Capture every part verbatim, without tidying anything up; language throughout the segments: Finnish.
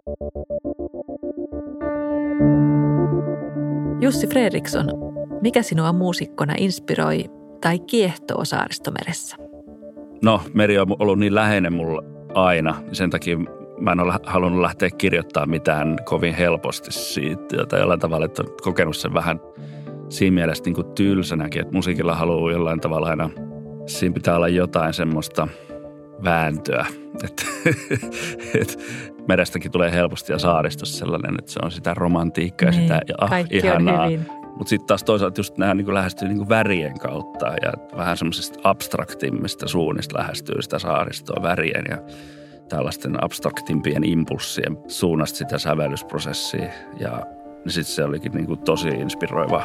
Jussi Fredriksson, mikä sinua muusikkona inspiroi tai kiehtoo Saaristomeressä? No, meri on ollut niin läheinen mulla aina. Sen takia mä en ole halunnut lähteä kirjoittamaan mitään kovin helposti siitä. Tai jollain tavalla, että olen kokenut sen vähän siinä mielessä niin kuin tylsänäkin, että musiikilla haluaa jollain tavalla aina, siinä pitää olla jotain semmoista vääntöä. Että et merestäkin tulee helposti ja saaristossa sellainen, että se on sitä romantiikkaa ja niin, sitä ja ah, kaikki ihanaa. on hyvin. Mutta sitten taas toisaalta just nämä niin lähestyy niin värien kautta ja vähän semmoisista abstraktimmista suunnista lähestyy sitä saaristoa värien ja tällaisten abstraktimpien impulssien suunnasta sitä sävellysprosessia. Ja sitten se olikin niin kuin tosi inspiroiva.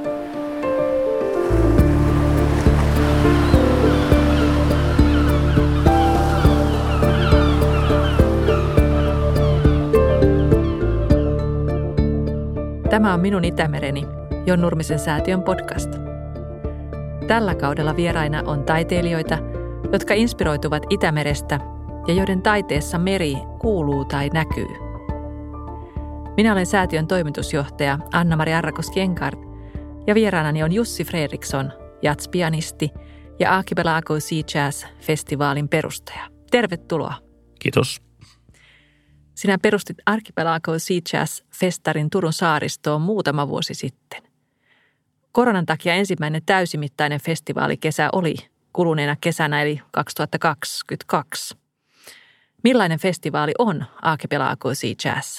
Tämä on Minun Itämereni, Jon Nurmisen säätiön podcast. Tällä kaudella vieraina on taiteilijoita, jotka inspiroituvat Itämerestä ja joiden taiteessa meri kuuluu tai näkyy. Minä olen säätiön toimitusjohtaja Anna-Mari Arrakos-Jenkart ja vieraanani on Jussi Fredriksson, jazz-pianisti ja Archipelago Sea Jazz-festivaalin perustaja. Tervetuloa. Kiitos. Sinä perustit Archipelago Sea Jazz-festarin Turun saaristoon muutama vuosi sitten. Koronan takia ensimmäinen täysimittainen festivaalikesä oli kuluneena kesänä eli kaksituhattakaksikymmentäkaksi. Millainen festivaali on Archipelago Sea Jazz?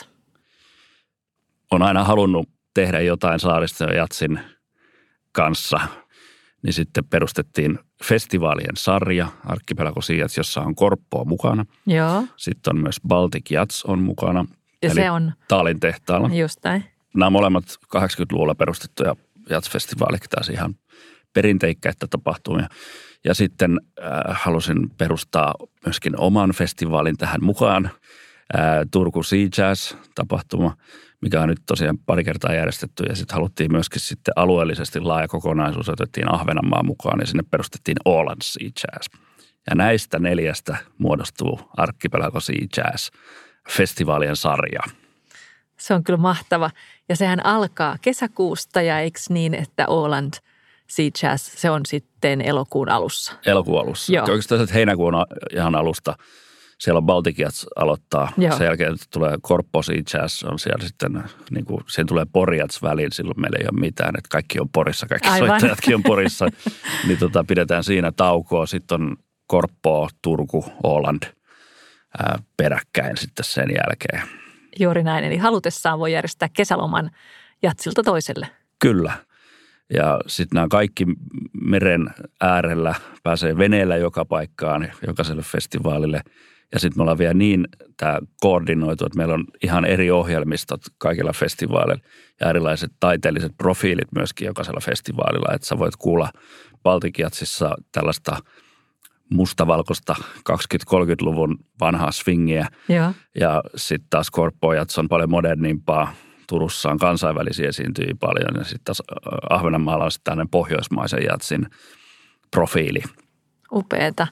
On aina halunnut tehdä jotain saaristo- ja jatsin kanssa, niin sitten perustettiin festivaalien sarja Archipelago Sea Jazz, jossa on korppoa mukana. Joo. Sitten on myös Baltic Jazz on mukana. Ja eli se on Taalin tehtaalla. just näin. Nämä molemmat kahdeksankymmentäluvulla perustettuja jazzfestivaaleja taas ihan perinteikkäitä tapahtumia. Ja sitten äh, halusin perustaa myöskin oman festivaalin tähän mukaan. Äh, Turku Sea Jazz-tapahtuma, mikä on nyt tosiaan pari kertaa järjestetty. Ja sitten haluttiin myöskin sitten alueellisesti laaja kokonaisuus, otettiin Ahvenanmaa mukaan ja sinne perustettiin Åland Sea Jazz. Ja näistä neljästä muodostuu Archipelago Sea Jazz-festivaalien sarja. Se on kyllä mahtava. Ja sehän alkaa kesäkuusta ja eikö niin, että Åland Sea Jazz, se on sitten elokuun alussa. Elokuun alussa. Joo. Oikeastaan heinäkuun ihan alusta. Siellä on Baltic Jazz aloittaa. Joo. Sen jälkeen tulee Korppo Sea Jazz, on siellä sitten, niin kuin, siihen tulee Pori Jazz väliin, silloin meillä ei ole mitään, että kaikki on Porissa, kaikki Aivan. soittajatkin on Porissa. Niin tota, pidetään siinä taukoa. Sitten on Korppo, Turku, Åland ää, peräkkäin sitten sen jälkeen. Juuri näin, eli halutessaan voi järjestää kesäloman jatsilta toiselle. Kyllä. Ja sitten nämä kaikki meren äärellä pääsee veneellä joka paikkaan, jokaiselle festivaalille. Ja sitten me ollaan vielä niin tämä koordinoitu, että meillä on ihan eri ohjelmistot kaikilla festivaaleilla ja erilaiset taiteelliset profiilit myöskin jokaisella festivaalilla. Että sä voit kuulla Baltic Jazzissa tällaista mustavalkoista kaksikymmentä-kolmekymmentäluvun vanhaa swingiä. Joo. Ja sitten taas Korppo Jazz on paljon modernimpaa. Turussa on kansainvälisiä esiintyjiä paljon ja sitten taas Ahvenanmaalla on sitten tämmöinen pohjoismaisen jatsin profiili. Upeeta.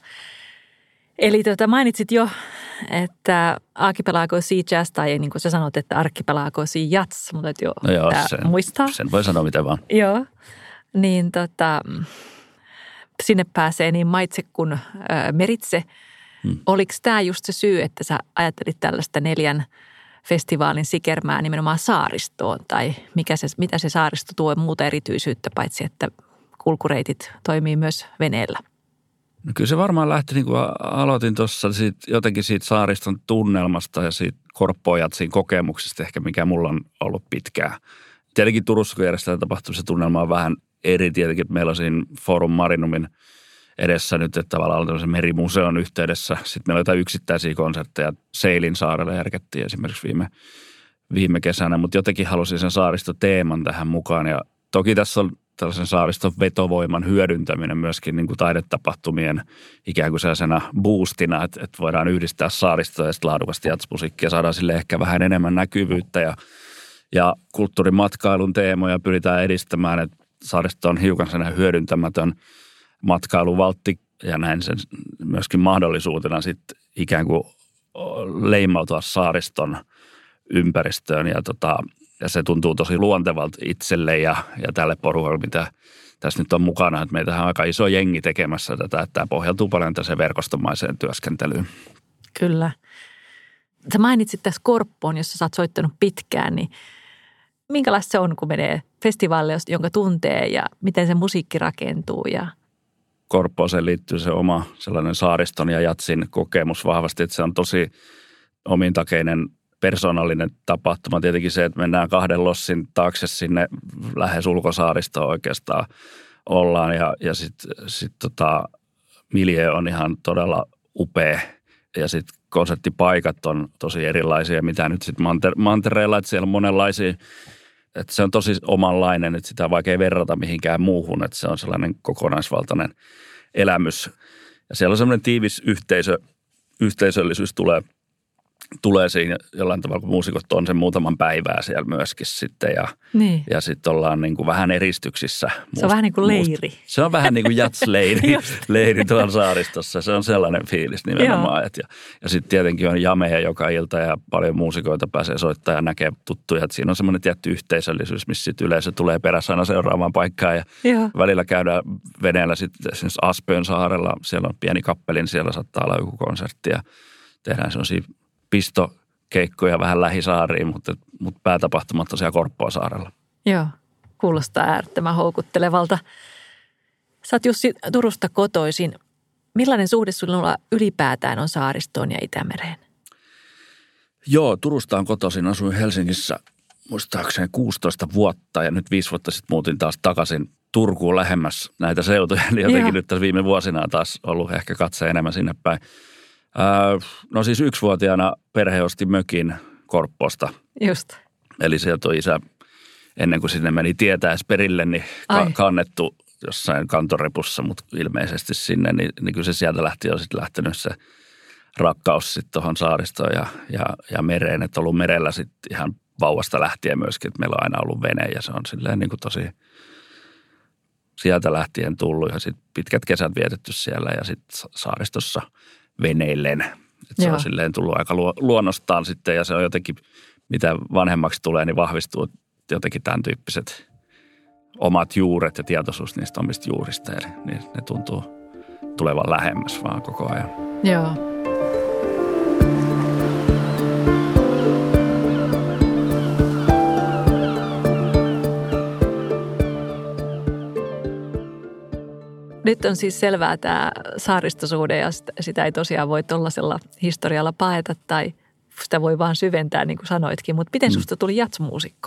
Eli tuota, mainitsit jo, että Archipelago Sea Jazz tai niin kuin sä sanot, että Archipelago Sea Jazz, mutta jo no joo, sen, muistaa. Sen voi sanoa miten vaan. Joo, niin tota, sinne pääsee niin maitse kuin ää, meritse. Hmm. Oliko tämä just se syy, että sä ajattelit tällaista neljän festivaalin sikermää nimenomaan saaristoon tai mikä se, mitä se saaristo tuo muuta erityisyyttä, paitsi että kulkureitit toimii myös veneellä? No kyllä se varmaan lähti, niin kuin aloitin tuossa siitä, jotenkin siitä saariston tunnelmasta ja siitä korppoajatsin kokemuksesta ehkä, mikä mulla on ollut pitkään. Tietenkin Turussa, kun järjestetään tapahtumassa, se tunnelma on vähän eri tietenkin, että meillä on siinä Forum Marinumin edessä nyt, että tavallaan on tämmöisen merimuseon yhteydessä. Sitten meillä on jotain yksittäisiä konsertteja. Seilin saarella järkättiin esimerkiksi viime, viime kesänä, mutta jotenkin halusin sen saaristoteeman tähän mukaan. Ja toki tässä on tällaisen saariston vetovoiman hyödyntäminen myöskin niin kuin taidetapahtumien ikään kuin sellaisena boostina, että, että voidaan yhdistää saaristoa ja sitten laadukasta jazzmusiikkia. Saadaan sille ehkä vähän enemmän näkyvyyttä ja, ja kulttuurimatkailun teemoja pyritään edistämään, että saaristo on hiukan sellainen hyödyntämätön matkailuvaltti ja näin sen myöskin mahdollisuutena sitten ikään kuin leimautua saariston ympäristöön ja, tota, ja se tuntuu tosi luontevalta itselle ja, ja tälle porukalle, mitä tässä nyt on mukana, että meitä on aika iso jengi tekemässä tätä, että tämä pohjautuu paljon tässä verkostomaiseen työskentelyyn. Kyllä. Sä mainitsit tässä Korppoon, jossa sä oot soittanut pitkään, niin minkälaista se on, kun menee festivaalille, jonka tuntee ja miten se musiikki rakentuu? Ja... Korppooseen liittyy se oma sellainen saariston ja jatsin kokemus vahvasti, että se on tosi omintakeinen persoonallinen tapahtuma. Tietenkin se, että mennään kahden lossin taakse sinne lähes ulkosaaristoon oikeastaan ollaan ja, ja sitten sit tota, milje on ihan todella upea ja sitten konserttipaikat on tosi erilaisia, mitä nyt sitten manter- mantereilla, että siellä on monenlaisia, että se on tosi omanlainen, että sitä on vaikea verrata mihinkään muuhun, että se on sellainen kokonaisvaltainen elämys. Ja siellä on sellainen tiivis yhteisö, yhteisöllisyys tulee, tulee siinä jollain tavalla, kun muusikot on sen muutaman päivää siellä myöskin sitten ja, niin. ja sitten ollaan niin kuin vähän eristyksissä. Se on muust, vähän niin kuin leiri. Muust, se on vähän niin kuin jats-leiri leiri tuolla saaristossa. Se on sellainen fiilis nimenomaan. Et ja ja sitten tietenkin on jameja joka ilta ja paljon muusikoita pääsee soittamaan ja näkee tuttuja. Et siinä on semmoinen tietty yhteisöllisyys, missä sitten yleisö tulee perässä aina seuraamaan paikkaa. Ja Joo. välillä käydään veneellä sitten esimerkiksi Aspöön saarella. Siellä on pieni kappeli, niin siellä saattaa olla joku konsertti ja tehdään sellaisia pistokeikkoja vähän lähisaariin, mutta, mutta päätapahtumat tosiaan Korpposaarella. Joo, kuulostaa äärettömän houkuttelevalta. Sä oot Jussi Turusta kotoisin. Millainen suhde sinulla ylipäätään on saaristoon ja Itämereen? Joo, Turusta on kotoisin. Asuin Helsingissä muistaakseni kuusitoista vuotta ja nyt viisi vuotta sitten muutin taas takaisin Turkuun lähemmäs näitä seutuja. Eli jotenkin Joo. nyt tässä viime vuosina on taas ollut ehkä katse enemmän sinne päin. No siis yksivuotiaana perhe osti mökin Korppoosta. Just. Eli sieltä on isä, ennen kuin sinne meni tietä edes perille, niin ka- kannettu jossain kantorepussa, mutta ilmeisesti sinne, niin, niin kyllä se sieltä lähti jo sitten lähtenyt se rakkaus sitten tuohon saaristoon ja, ja, ja mereen. Että ollut merellä sitten ihan vauvasta lähtien myöskin, että meillä on aina ollut vene ja se on silleen niin kuin tosi sieltä lähtien tullut ja sitten pitkät kesät vietetty siellä ja sitten saaristossa veneillen. Että se on silleen tullut aika luonnostaan sitten ja se on jotenkin, mitä vanhemmaksi tulee, niin vahvistuu jotenkin tämän tyyppiset omat juuret ja tietoisuus niistä omista juurista. Eli niin ne tuntuu tulevan lähemmäs vaan koko ajan. Joo. Nyt on siis selvää tämä saaristosuhde ja sitä ei tosiaan voi tuollaisella historialla paeta tai sitä voi vaan syventää niin kuin sanoitkin. Mutta miten susta tuli jatsmuusikko?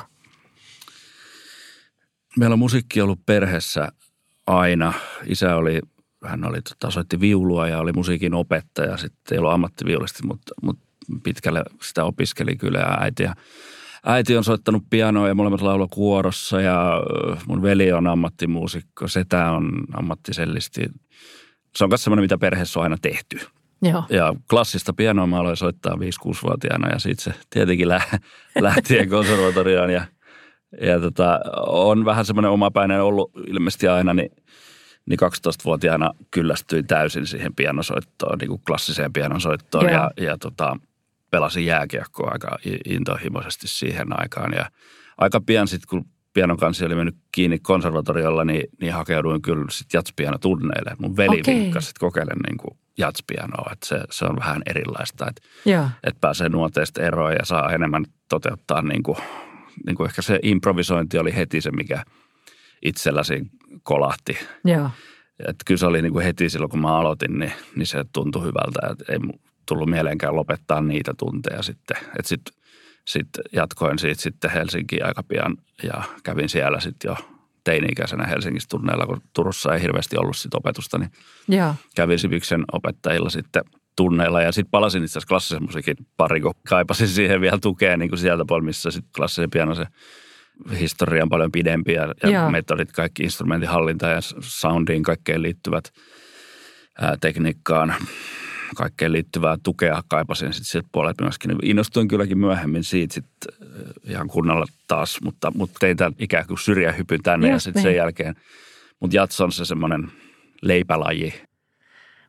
Meillä on musiikki ollut perheessä aina. Isä oli, hän oli, tota, soitti viulua ja oli musiikin opettaja. Sitten ei ollut ammattiviulisti, mutta, mutta pitkälle sitä opiskeli kyllä ja äiti. Ja äiti on soittanut pianoa ja molemmat laulaa kuorossa ja mun veli on ammattimuusikko. Setä on ammattisellisti. Se on myös semmoinen, mitä perheessä on aina tehty. Joo. Ja klassista pianoa mä aloin soittaa viisi-kuusi-vuotiaana ja siitä se tietenkin lähtien konservatorioon ja Ja tota, on vähän semmoinen omapäinen ollut ilmeisesti aina, niin, niin kaksitoistavuotiaana kyllästyin täysin siihen pianosoittoon, niin kuin klassiseen pianosoittoon yeah. ja, ja tota, pelasin jääkiekkoa aika intohimoisesti siihen aikaan. Ja aika pian sitten, kun pianon kanssa oli mennyt kiinni konservatoriolla, niin, niin hakeuduin kyllä sitten jatspianotunneille. Mun veli okay. vinkkasi, että kokeilen niin kuin jatspianoa, että se, se on vähän erilaista, että, yeah. että pääsee nuoteista eroon ja saa enemmän toteuttaa niin kuin niin kuin ehkä se improvisointi oli heti se, mikä itselläsi kolahti. Joo. Että kyllä se oli niin kuin heti silloin, kun mä aloitin, niin, niin se tuntui hyvältä. Että ei tullut mieleenkään lopettaa niitä tunteja sitten. Että sitten sit jatkoin siitä sitten Helsinkiin aika pian ja kävin siellä sitten jo teini-ikäisenä Helsingissä tunneilla, kun Turussa ei hirveästi ollut sit opetusta, niin Joo. kävin Sibiksen opettajilla sitten tunneilla ja sitten palasin itse asiassa klassisen musiikin pari, kun kaipasin siihen vielä tukea niin kuin sieltä puolella, missä sitten klassisen piano se historia on paljon pidempi ja, ja metodit, kaikki instrumentin hallinta ja soundiin, kaikkeen liittyvät ää, tekniikkaan, kaikkeen liittyvää tukea kaipasin sitten sieltä puolelta myöskin. Innostuin kylläkin myöhemmin siitä sitten ihan kunnolla taas, mutta, mutta tein tämän ikään kuin syrjähypyn tänne Just ja sitten sen jälkeen. Mutta jats on se semmoinen leipälaji.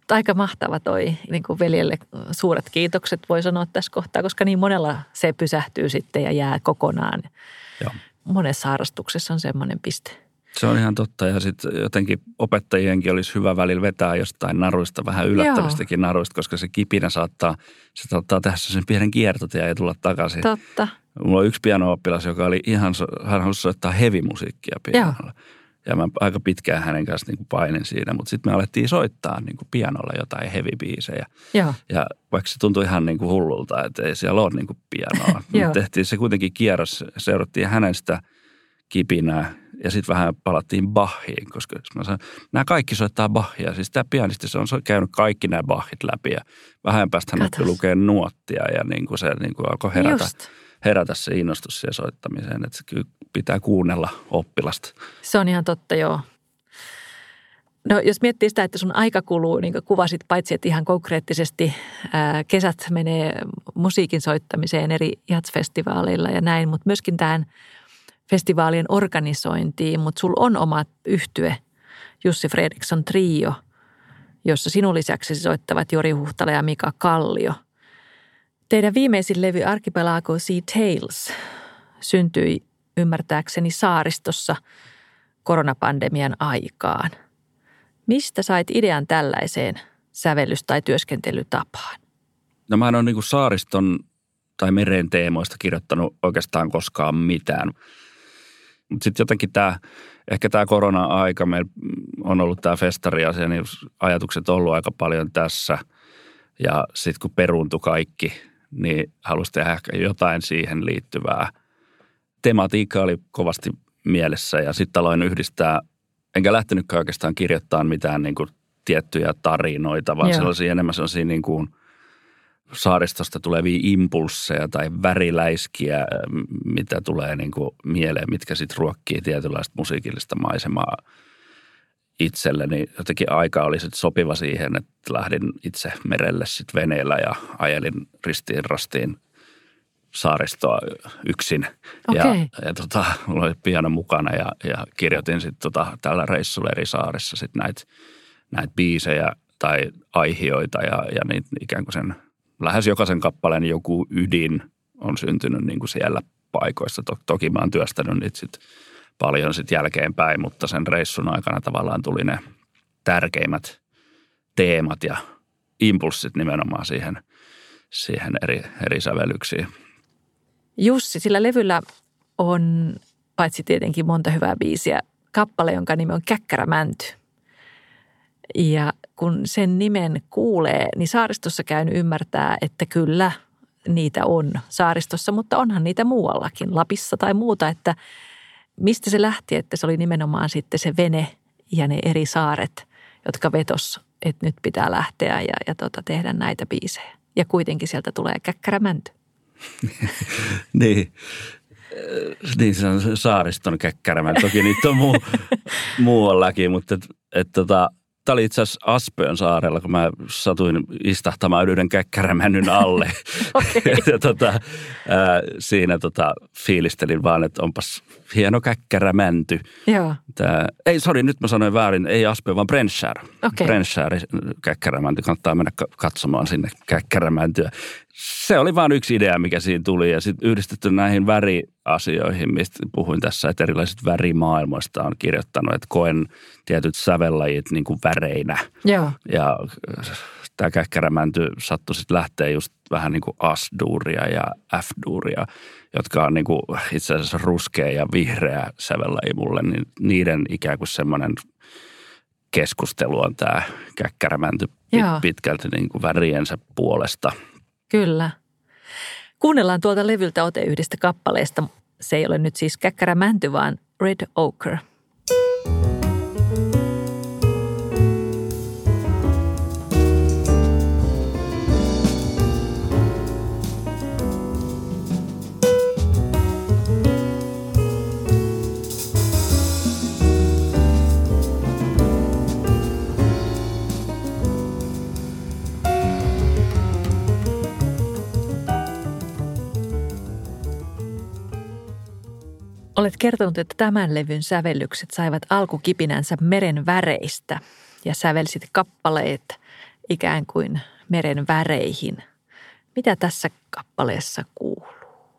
Aika mahtava toi niin kuin veljelle suuret kiitokset voi sanoa tässä kohtaa, koska niin monella se pysähtyy sitten ja jää kokonaan. Joo. Monessa harrastuksessa on semmoinen piste. Se on ihan totta ja sitten jotenkin opettajienkin olisi hyvä välillä vetää jostain naruista, vähän yllättävistäkin naruista, koska se kipinä saattaa, se saattaa tehdä sen pienen kiertotien ja tulla takaisin. Totta. Mulla on yksi piano-oppilas, joka oli ihan, hän halusi soittaa heavy-musiikkia pianolla. Joo. Ja mä aika pitkään hänen kanssa niin kuin painin siinä, mutta sitten me alettiin soittaa niin kuin pianolla jotain heavy-biisejä. Joo. Ja vaikka se tuntui ihan niin kuin hullulta, että ei siellä ole niin kuin pianoa. tehtiin se kuitenkin kierros, seurattiin hänen sitä kipinää ja sitten vähän palattiin Bachiin, koska mä sanoin, nämä kaikki soittaa Bachia. Siis tämä pianisti, se on käynyt kaikki nämä Bachit läpi ja vähän päästä hän oppi lukea nuottia ja niin kuin se niin kuin alkoi herätä. Just. herätä se innostus siihen soittamiseen, että se kyllä pitää kuunnella oppilasta. Se on ihan totta, joo. No jos miettii sitä, että sun aika kuluu, niin kuin kuvasit, paitsi että ihan konkreettisesti ää, kesät menee musiikin soittamiseen eri jazzfestivaaleilla ja näin, mutta myöskin tähän festivaalien organisointiin, mutta sulla on oma yhtye, Jussi Fredriksson Trio, jossa sinun lisäksi soittavat Jori Huhtala ja Mika Kallio. Teidän viimeisin levy Archipelago Sea Tales syntyi ymmärtääkseni saaristossa koronapandemian aikaan. Mistä sait idean tällaiseen sävellys- tai työskentelytapaan? No mä en ole niin kuin saariston tai meren teemoista kirjoittanut oikeastaan koskaan mitään. Mutta sitten jotenkin tämä, ehkä tämä korona-aika, meillä on ollut tämä festariasia, niin ajatukset on ollut aika paljon tässä. Ja sitten kun peruuntui kaikki, niin halusi tehdä ehkä jotain siihen liittyvää. Tematiikka oli kovasti mielessä ja sitten aloin yhdistää, enkä lähtenytkään oikeastaan kirjoittamaan mitään niin kuin tiettyjä tarinoita, vaan sellaisia enemmän sellaisia niin kuin saaristosta tulevia impulsseja tai väriläiskiä, mitä tulee niin kuin mieleen, mitkä sitten ruokkii tietynlaista musiikillista maisemaa itselleni. Jotenkin aika oli sitten sopiva siihen, että lähdin itse merelle sitten veneellä ja ajelin ristiin rastiin saaristoa yksin. Okay. Ja, ja tota, mulla oli piano mukana ja, ja kirjoitin sitten tota, tällä reissulla eri saarissa sitten näitä näit biisejä tai aihioita ja, ja niitä ikään kuin sen lähes jokaisen kappaleen joku ydin on syntynyt niin kuin siellä paikoissa. Toki mä oon työstänyt niitä sitten paljon sitten jälkeenpäin, mutta sen reissun aikana tavallaan tuli ne tärkeimmät teemat ja impulssit nimenomaan siihen, siihen eri, eri sävellyksiin. Jussi, sillä levyllä on paitsi tietenkin monta hyvää biisiä, kappale, jonka nimi on Käkkärämänty. Ja kun sen nimen kuulee, niin saaristossa käynyt ymmärtää, että kyllä niitä on saaristossa, mutta onhan niitä muuallakin, Lapissa tai muuta, että mistä se lähti, että se oli nimenomaan sitten se vene ja ne eri saaret, jotka vetos, että nyt pitää lähteä ja, ja tota, tehdä näitä biisejä. Ja kuitenkin sieltä tulee Käkkärämänty. niin. Niin, se on saariston Käkkärämänty. Toki niitä on muu, muuallakin, mutta et, et, tota, tämä oli itse asiassa Aspöön saarella, kun mä satuin istahtamaan yhden käkkärämännyn alle. Okay. ja tota, ää, siinä tota, fiilistelin vaan, että onpas hieno käkkärämänty. Joo. Tää, ei, sori, nyt mä sanoin väärin, ei Aspö, vaan Brennskär. Okay. Brennskär käkkärämänty, kannattaa mennä katsomaan sinne käkkärämäntyä. Se oli vaan yksi idea, mikä siinä tuli ja sitten yhdistetty näihin väriasioihin, mistä puhuin tässä, että erilaiset värimaailmoista on kirjoittanut, että koen tietyt sävellajit niin kuin väreinä. Joo. Ja tämä käkkärämänty sattui sitten lähteä just vähän niin kuin as-duuria ja f-duuria, jotka on niin kuin itse asiassa ruskea ja vihreä sävellaji mulle, niin niiden ikään kuin semmoinen keskustelu on tämä käkkärämänty pit- pitkälti niin kuin väriensä puolesta. Kyllä. Kuunnellaan tuolta levyltä ote yhdestä kappaleesta. Se ei ole nyt siis Käkkärämänty, vaan Red Ochre. Olet kertonut, että tämän levyn sävellykset saivat alkukipinänsä meren väreistä ja sävelsit kappaleet ikään kuin meren väreihin. Mitä tässä kappaleessa kuuluu?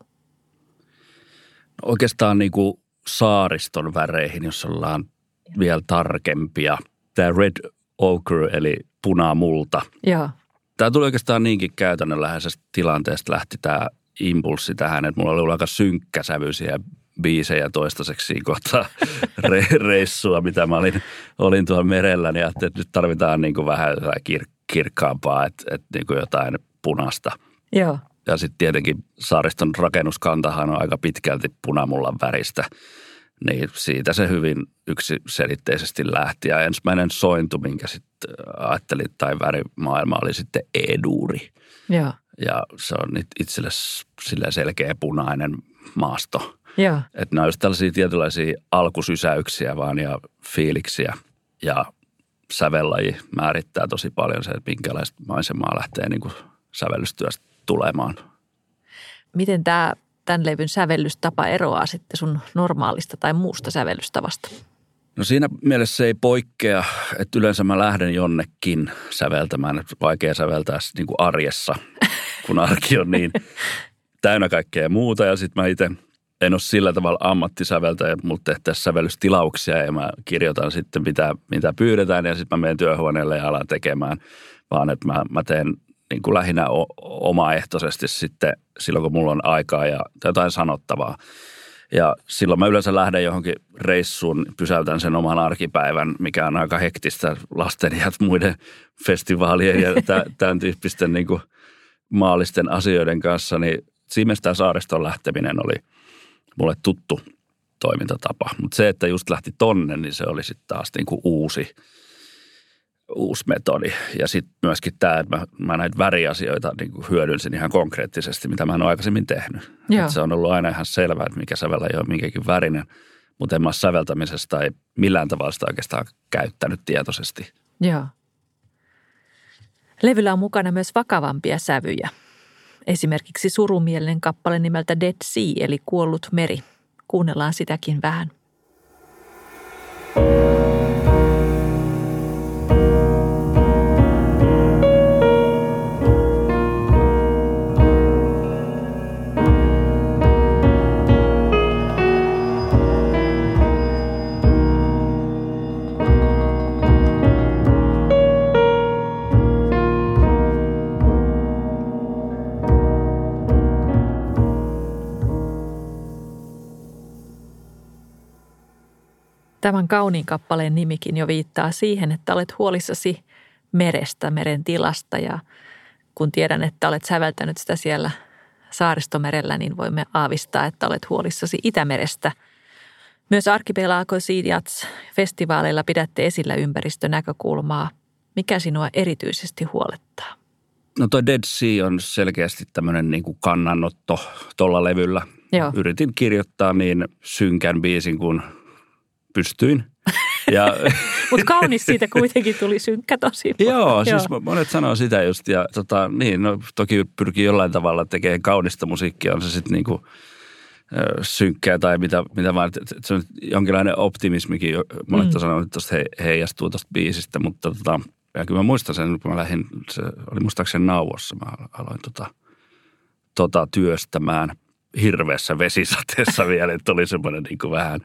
No oikeastaan niin kuin saariston väreihin, jos ollaan vielä tarkempia. Tämä red ochre eli punamulta. Joo. Tämä tuli oikeastaan niinkin käytännönläheisestä tilanteesta lähti tämä impulssi tähän, että mulla oli ollut aika synkkäsävyisiä biisejä toistaiseksi siinä kohtaa re- reissua, mitä mä olin, olin tuolla merellä, niin ajattelin, että nyt tarvitaan niin kuin vähän jotain kir- kirkkaampaa, että, että niin kuin jotain punaista. Joo. Ja sitten tietenkin saariston rakennuskantahan on aika pitkälti punamullan väristä, niin siitä se hyvin yksiselitteisesti lähti. Ja ensimmäinen sointu, minkä sitten ajattelin, tai värimaailma oli sitten E-duuri. Joo. Ja se on itselle silleen selkeä punainen maasto. Joo. Että nämä on just tällaisia tietynlaisia alkusysäyksiä vaan ja fiiliksiä. Ja sävellaji määrittää tosi paljon se, että minkälaista maisemaa lähtee niin kuin sävellystyöstä tulemaan. Miten tämä tämän levyn sävellystapa eroaa sitten sun normaalista tai muusta sävellystavasta? No siinä mielessä se ei poikkea, että yleensä mä lähden jonnekin säveltämään. Että vaikea säveltää niin kuin arjessa, kun arki on niin täynnä kaikkea muuta. Ja sitten mä itse en ole sillä tavalla ammattisäveltäjä, mulla tehtäisiin sävellystilauksia ja mä kirjoitan sitten mitä, mitä pyydetään ja sitten mä menen työhuoneelle ja alan tekemään. Vaan että mä, mä teen niin kuin lähinnä o, omaehtoisesti sitten silloin, kun mulla on aikaa ja jotain sanottavaa. Ja silloin mä yleensä lähden johonkin reissuun, pysäytän sen oman arkipäivän, mikä on aika hektistä lasten ja muiden festivaalien ja tämän tyyppisten niin kuin maallisten asioiden kanssa. Niin siinä mielessä tämä saariston lähteminen oli mulle tuttu toimintatapa. Mutta se, että just lähti tonne, niin se oli sitten taas niin kuin uusi, uusi metodi. Ja sitten myöskin tämä, että mä, mä näitä väriasioita niin kuin hyödynsin ihan konkreettisesti, mitä mä en ole aikaisemmin tehnyt. Että se on ollut aina ihan selvää, että mikä sävellä ei ole minkäkin värinen, mutta en mä ole säveltämisestä ei millään tavalla sitä oikeastaan käyttänyt tietoisesti. Joo. Levyllä on mukana myös vakavampia sävyjä. Esimerkiksi surumielinen kappale nimeltä Dead Sea, eli Kuollut meri. Kuunnellaan sitäkin vähän. Tämän kauniin kappaleen nimikin jo viittaa siihen, että olet huolissasi merestä, meren tilasta ja kun tiedän, että olet säveltänyt sitä siellä Saaristomerellä, niin voimme aavistaa, että olet huolissasi Itämerestä. Myös Archipelago Sea Yachts-festivaaleilla pidätte esillä ympäristönäkökulmaa. Mikä sinua erityisesti huolettaa? No toi Dead Sea on selkeästi tämmöinen niin kuin kannanotto tuolla levyllä. Joo. Yritin kirjoittaa niin synkän biisin kuin pystyin. Ja mutta kaunis siitä kuitenkin tuli synkkä tosi. Joo, siis Joo. monet sanoo sitä just. Ja tota, niin, no toki pyrkii jollain tavalla tekemään kaunista musiikkia, on se sitten niinku synkkää tai mitä, mitä vaan. Se on jonkinlainen optimismikin, monet on sanonut, että tuosta he, heijastuu tuosta biisistä, mutta tota, ja kyllä mä muistan sen, kun mä lähdin, se oli muistaakseni Nauvossa, mä aloin tota, tota työstämään. Hirveässä vesisateessa vielä, että oli semmoinen niin kuin vähän,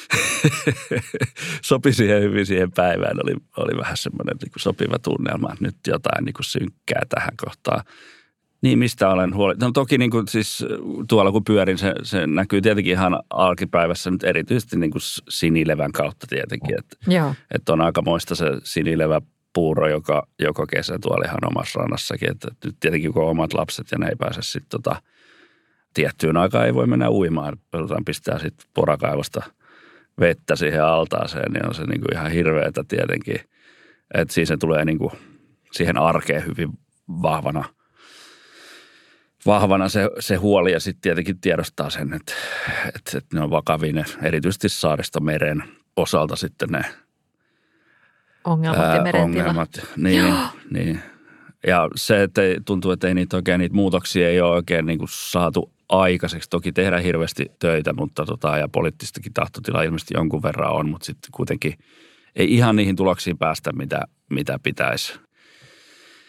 sopi siihen hyvin siihen päivään, oli, oli vähän semmoinen niin kuin sopiva tunnelma, että nyt jotain niin kuin synkkää tähän kohtaan. Niin, mistä olen huoli? No toki niin kuin siis tuolla kun pyörin, se, se näkyy tietenkin ihan alkipäivässä nyt erityisesti niin kuin sinilevän kautta tietenkin, että, että on aikamoista se sinilevä puuro, joka, joka kesä tuolla ihan omassa rannassakin, että nyt tietenkin kun on omat lapset ja ne ei pääse sitten tota, tiettyyn aikaan ei voi mennä uimaan. Joudutaan pistää sitten porakaivosta vettä siihen altaaseen, niin on se niinku ihan hirveetä tietenkin. Että siinä se tulee niinku siihen arkeen hyvin vahvana, vahvana se, se huoli ja sitten tietenkin tiedostaa sen, että, että, että ne on vakavia ne, erityisesti Saaristomeren osalta sitten ne ongelmat ää, ja merentila. Ongelmat, niin, niin. Ja se, että tuntuu, että ei niitä oikein, niitä muutoksia ei ole oikein niin kuin saatu aikaiseksi. Toki tehdään hirveästi töitä, mutta tota, ja poliittistakin tahtotilaa ilmeisesti jonkun verran on, mutta sitten kuitenkin ei ihan niihin tuloksiin päästä, mitä, mitä pitäisi.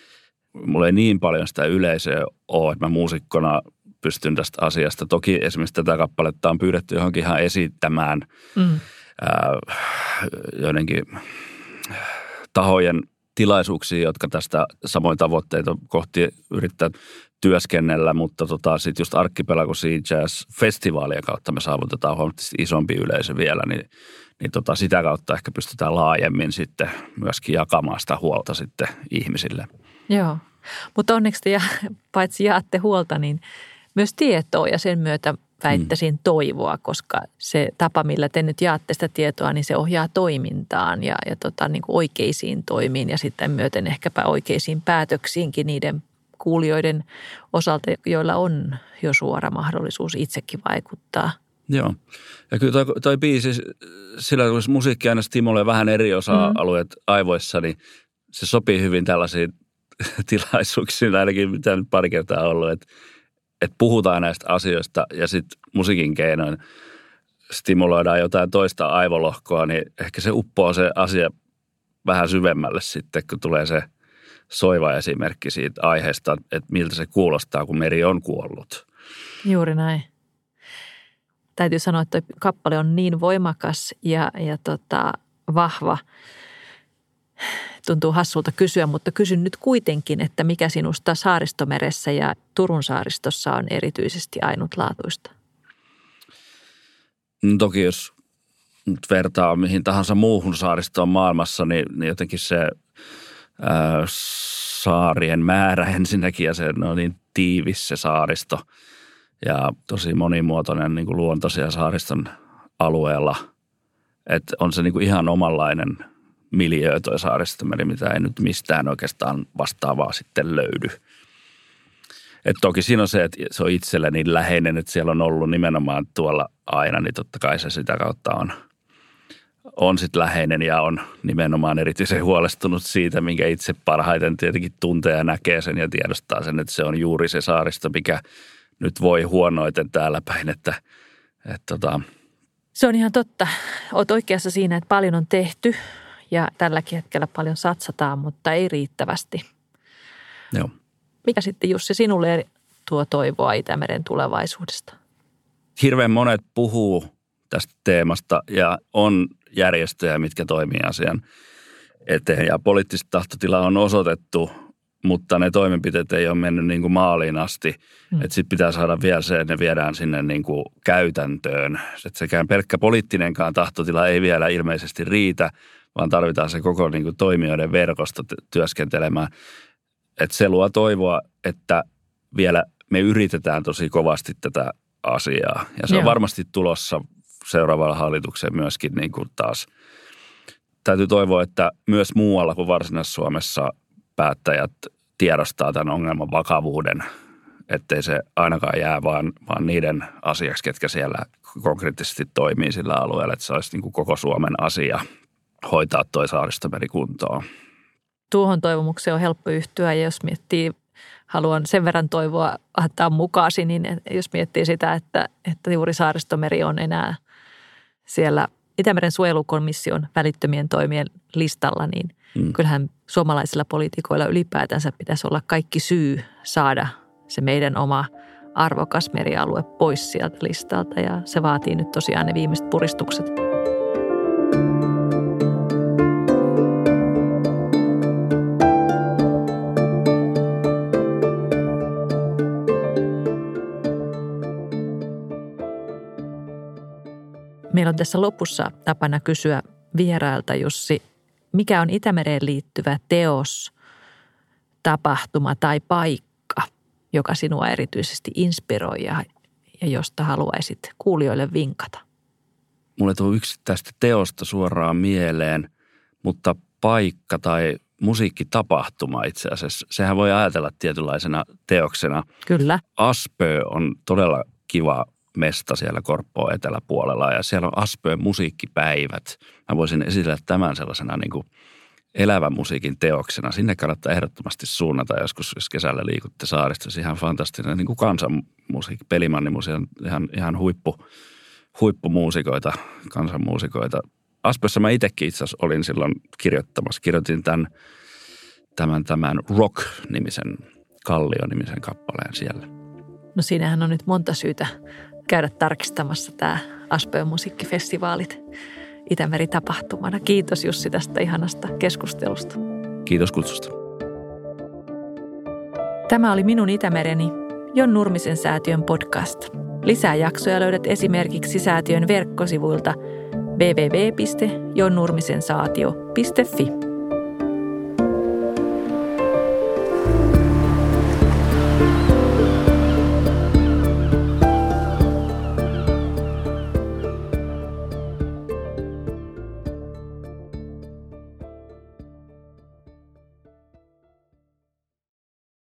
mulla ei niin paljon sitä yleisöä ole, että mä muusikkona pystyn tästä asiasta. Toki esimerkiksi tätä kappaletta on pyydetty johonkin ihan esittämään mm. ää, joidenkin tahojen tilaisuuksia, jotka tästä samoin tavoitteita kohti yrittää työskennellä, mutta tota, sitten just Archipelago Sea Jazz-festivaalien kautta me saavutetaan huomattavasti isompi yleisö vielä, niin, niin tota, sitä kautta ehkä pystytään laajemmin sitten myöskin jakamaan sitä huolta sitten ihmisille. Joo, mutta onneksi te paitsi jaatte huolta, niin myös tietoa ja sen myötä väittäisin toivoa, koska se tapa, millä te nyt jaatte sitä tietoa, niin se ohjaa toimintaan ja, ja tota, niin kuin oikeisiin toimiin ja sitten myöten ehkäpä oikeisiin päätöksiinkin niiden kuulijoiden osalta, joilla on jo suora mahdollisuus itsekin vaikuttaa. Joo. Ja kyllä toi, toi biisi, sillä kun musiikki aina stimuloi vähän eri osa-alueet mm. aivoissa, niin se sopii hyvin tällaisiin tilaisuuksiin, ainakin mitä nyt pari kertaa ollut, että että puhutaan näistä asioista ja sitten musiikin keinoin stimuloidaan jotain toista aivolohkoa, niin ehkä se uppoo se asia vähän syvemmälle sitten, kun tulee se soiva esimerkki siitä aiheesta, että miltä se kuulostaa, kun meri on kuollut. Juuri näin. Täytyy sanoa, että tuo kappale on niin voimakas ja, ja tota, vahva. Tuntuu hassulta kysyä, mutta kysyn nyt kuitenkin, että mikä sinusta Saaristomeressä ja Turun saaristossa on erityisesti ainutlaatuista? No toki jos nyt vertaa mihin tahansa muuhun saaristoon maailmassa, niin, niin jotenkin se ää, saarien määrä ensinnäkin ja se on niin tiivis se saaristo ja tosi monimuotoinen niin kuin luontoisia saariston alueella, että on se niin kuin ihan omanlainen miljöö toi Saaristomeri, mitä ei nyt mistään oikeastaan vastaavaa sitten löydy. Et toki siinä on se, että se on itselle niin läheinen, että siellä on ollut nimenomaan tuolla aina, niin totta kai se sitä kautta on, on sitten läheinen ja on nimenomaan erityisen huolestunut siitä, minkä itse parhaiten tietenkin tuntee ja näkee sen ja tiedostaa sen, että se on juuri se saaristo, mikä nyt voi huonoiten täällä päin, että, että tota. Se on ihan totta. Olet oikeassa siinä, että paljon on tehty. Ja tälläkin hetkellä paljon satsataan, mutta ei riittävästi. Joo. Mikä sitten Jussi sinulle tuo toivoa Itämeren tulevaisuudesta? Hirveän monet puhuu tästä teemasta ja on järjestöjä, mitkä toimii asian eteen. Ja poliittista tahtotilaa on osoitettu, mutta ne toimenpiteet ei ole mennyt niin kuin maaliin asti. Hmm. Että sitten pitää saada vielä se, että ne viedään sinne niin kuin käytäntöön. Että sekään pelkkä poliittinenkaan tahtotila ei vielä ilmeisesti riitä, vaan tarvitaan se koko niin kuin toimijoiden verkosto työskentelemään. Että se luo toivoa, että vielä me yritetään tosi kovasti tätä asiaa. Ja se Joo. on varmasti tulossa seuraavalla hallitukseen myöskin niin kuin taas. Täytyy toivoa, että myös muualla kuin Varsinais-Suomessa päättäjät tiedostaa tämän ongelman vakavuuden, ettei se ainakaan jää vaan, vaan niiden asiaksi, ketkä siellä konkreettisesti toimii sillä alueella, että se olisi niin kuin koko Suomen asia hoitaa toi Saaristomeri kuntoon. Tuohon toivomukseen on helppo yhtyä ja jos miettii, haluan sen verran toivoa ottaa mukaasi, niin jos miettii sitä, että, että juuri Saaristomeri on enää siellä Itämeren suojelukomission välittömien toimien listalla, niin mm. kyllähän suomalaisilla poliitikoilla ylipäätänsä pitäisi olla kaikki syy saada se meidän oma arvokas merialue pois sieltä listalta ja se vaatii nyt tosiaan ne viimeiset puristukset. Meillä on tässä lopussa tapana kysyä vierailta, Jussi, mikä on Itämereen liittyvä teos, tapahtuma tai paikka, joka sinua erityisesti inspiroi ja, ja josta haluaisit kuulijoille vinkata? Mulle tuli yksittäistä teosta suoraan mieleen, mutta paikka tai musiikkitapahtuma itse asiassa, sehän voi ajatella tietynlaisena teoksena. Kyllä. Aspö on todella kiva mesta siellä Korppoon eteläpuolella ja siellä on Aspöön musiikkipäivät. Mä voisin esitellä tämän sellaisena niin kuin elävän musiikin teoksena. Sinne kannattaa ehdottomasti suunnata joskus, jos kesällä liikutte saaristossa. Ihan fantastinen niin kuin kansanmusiikki, pelimannimusiikki on ihan, ihan huippu, huippumuusikoita, kansanmuusikoita. Aspössä mä itsekin itse asiassa olin silloin kirjoittamassa. Kirjoitin tämän tämän, tämän Rock-nimisen, Kallio-nimisen kappaleen siellä. No siinähän on nyt monta syytä käydä tarkistamassa tämä Aspöön musiikkifestivaalit Itämeri-tapahtumana. Kiitos Jussi tästä ihanasta keskustelusta. Kiitos kutsusta. Tämä oli Minun Itämereni, Jon Nurmisen säätiön podcast. Lisää jaksoja löydät esimerkiksi säätiön verkkosivuilta double-u double-u double-u piste jonnurmisensaatio piste fi.